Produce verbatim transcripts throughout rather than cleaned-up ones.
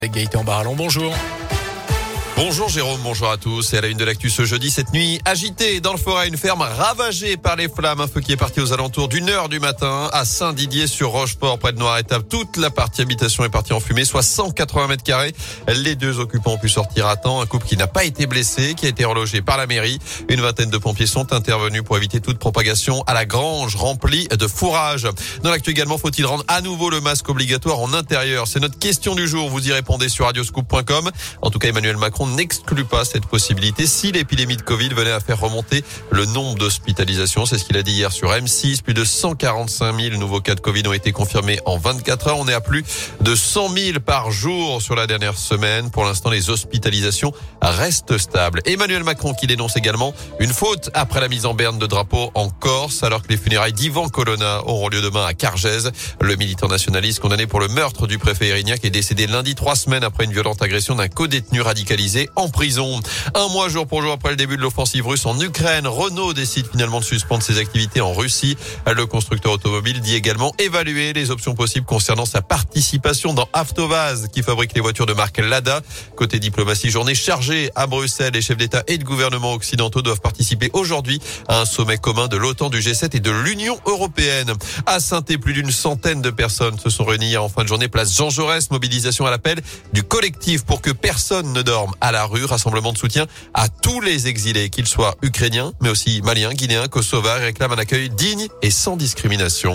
Gaëtan Barallon, bonjour. Bonjour Jérôme, bonjour à tous. Et à la une de l'actu ce jeudi, cette nuit agitée dans le Forêt, une ferme ravagée par les flammes. Un feu qui est parti aux alentours d'une heure du matin à Saint-Didier-sur-Rochefort, près de Noir-Étape. Toute la partie habitation est partie en fumée, soit cent quatre-vingts mètres carrés. Les deux occupants ont pu sortir à temps. Un couple qui n'a pas été blessé, qui a été relogé par la mairie. Une vingtaine de pompiers sont intervenus pour éviter toute propagation à la grange remplie de fourrage. Dans l'actu également, faut-il rendre à nouveau le masque obligatoire en intérieur? C'est notre question du jour. Vous y répondez sur radioscoop point com. En tout cas, Emmanuel Macron n'exclut pas cette possibilité si l'épidémie de Covid venait à faire remonter le nombre d'hospitalisations. C'est ce qu'il a dit hier sur M six. Plus de cent quarante-cinq mille nouveaux cas de Covid ont été confirmés en vingt-quatre heures. On est à plus de cent mille par jour sur la dernière semaine. Pour l'instant, les hospitalisations restent stables. Emmanuel Macron qui dénonce également une faute après la mise en berne de drapeaux en Corse, alors que les funérailles d'Ivan Colonna auront lieu demain à Cargèse. Le militant nationaliste condamné pour le meurtre du préfet Erignac est décédé lundi, trois semaines après une violente agression d'un codétenu radicalisé en prison. Un mois jour pour jour après le début de l'offensive russe en Ukraine, Renault décide finalement de suspendre ses activités en Russie. Le constructeur automobile dit également évaluer les options possibles concernant sa participation dans Avtovaz, qui fabrique les voitures de marque Lada. Côté diplomatie, journée chargée à Bruxelles. Les chefs d'État et de gouvernement occidentaux doivent participer aujourd'hui à un sommet commun de l'OTAN, du G sept et de l'Union européenne. À Saint-Étienne, plus d'une centaine de personnes se sont réunies hier en fin de journée place Jean Jaurès. Mobilisation à l'appel du collectif pour que personne ne dorme à la rue. Rassemblement de soutien à tous les exilés, qu'ils soient ukrainiens, mais aussi maliens, guinéens, kosovars, réclament un accueil digne et sans discrimination.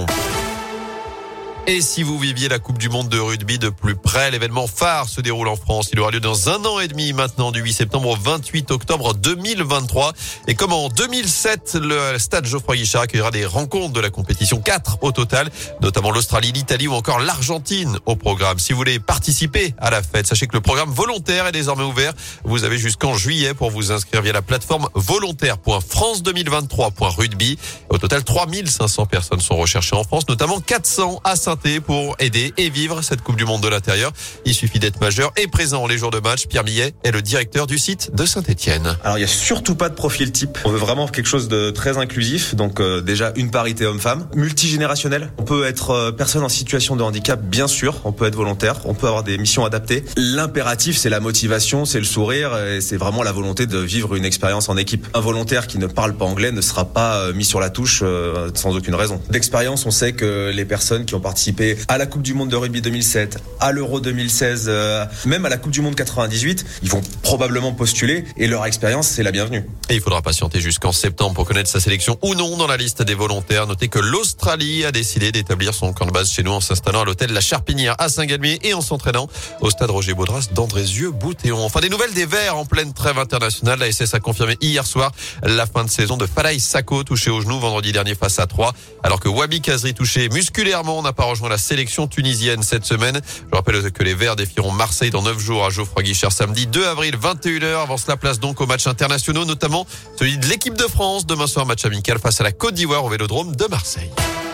Et si vous viviez la Coupe du Monde de rugby de plus près, l'événement phare se déroule en France. Il aura lieu dans un an et demi maintenant, du huit septembre au vingt-huit octobre deux mille vingt-trois. Et comme en deux mille sept, le stade Geoffroy Guichard accueillera des rencontres de la compétition, quatre au total, notamment l'Australie, l'Italie ou encore l'Argentine au programme. Si vous voulez participer à la fête, sachez que le programme volontaire est désormais ouvert. Vous avez jusqu'en juillet pour vous inscrire via la plateforme volontaire point france deux mille vingt-trois point rugby. Au total, trois mille cinq cents personnes sont recherchées en France, notamment quatre cents à Saint-Étienne pour aider et vivre cette Coupe du Monde de l'intérieur. Il suffit d'être majeur et présent les jours de match. Pierre Millet est le directeur du site de Saint-Étienne. Alors il y a surtout pas de profil type. On veut vraiment quelque chose de très inclusif. Donc euh, déjà une parité homme-femme, multigénérationnel. On peut être euh, personne en situation de handicap, bien sûr. On peut être volontaire. On peut avoir des missions adaptées. L'impératif, c'est la motivation, c'est le sourire et c'est vraiment la volonté de vivre une expérience en équipe. Un volontaire qui ne parle pas anglais ne sera pas euh, mis sur la touche euh, sans aucune raison. D'expérience, on sait que les personnes qui ont participé à la Coupe du Monde de rugby deux mille sept, à l'Euro deux mille seize, euh, même à la Coupe du Monde quatre-vingt-dix-huit, ils vont probablement postuler et leur expérience, c'est la bienvenue. Et il faudra patienter jusqu'en septembre pour connaître sa sélection ou non dans la liste des volontaires. Notez que l'Australie a décidé d'établir son camp de base chez nous en s'installant à l'hôtel La Charpinière à Saint-Galmier et en s'entraînant au stade Roger Baudras d'Andrézieux-Bouthéon. Enfin, des nouvelles des Verts en pleine trêve internationale. La S S a confirmé hier soir la fin de saison de Falaï Sako, touché au genou vendredi dernier face à Troyes, alors que Wabi Kazri, touché musculairement, n'a pas rejoint la sélection tunisienne cette semaine. Je rappelle que les Verts défieront Marseille dans neuf jours à Geoffroy Guichard samedi deux avril vingt et une heures. Avant cela, place donc aux matchs internationaux, notamment celui de l'équipe de France. Demain soir, match amical face à la Côte d'Ivoire au Vélodrome de Marseille.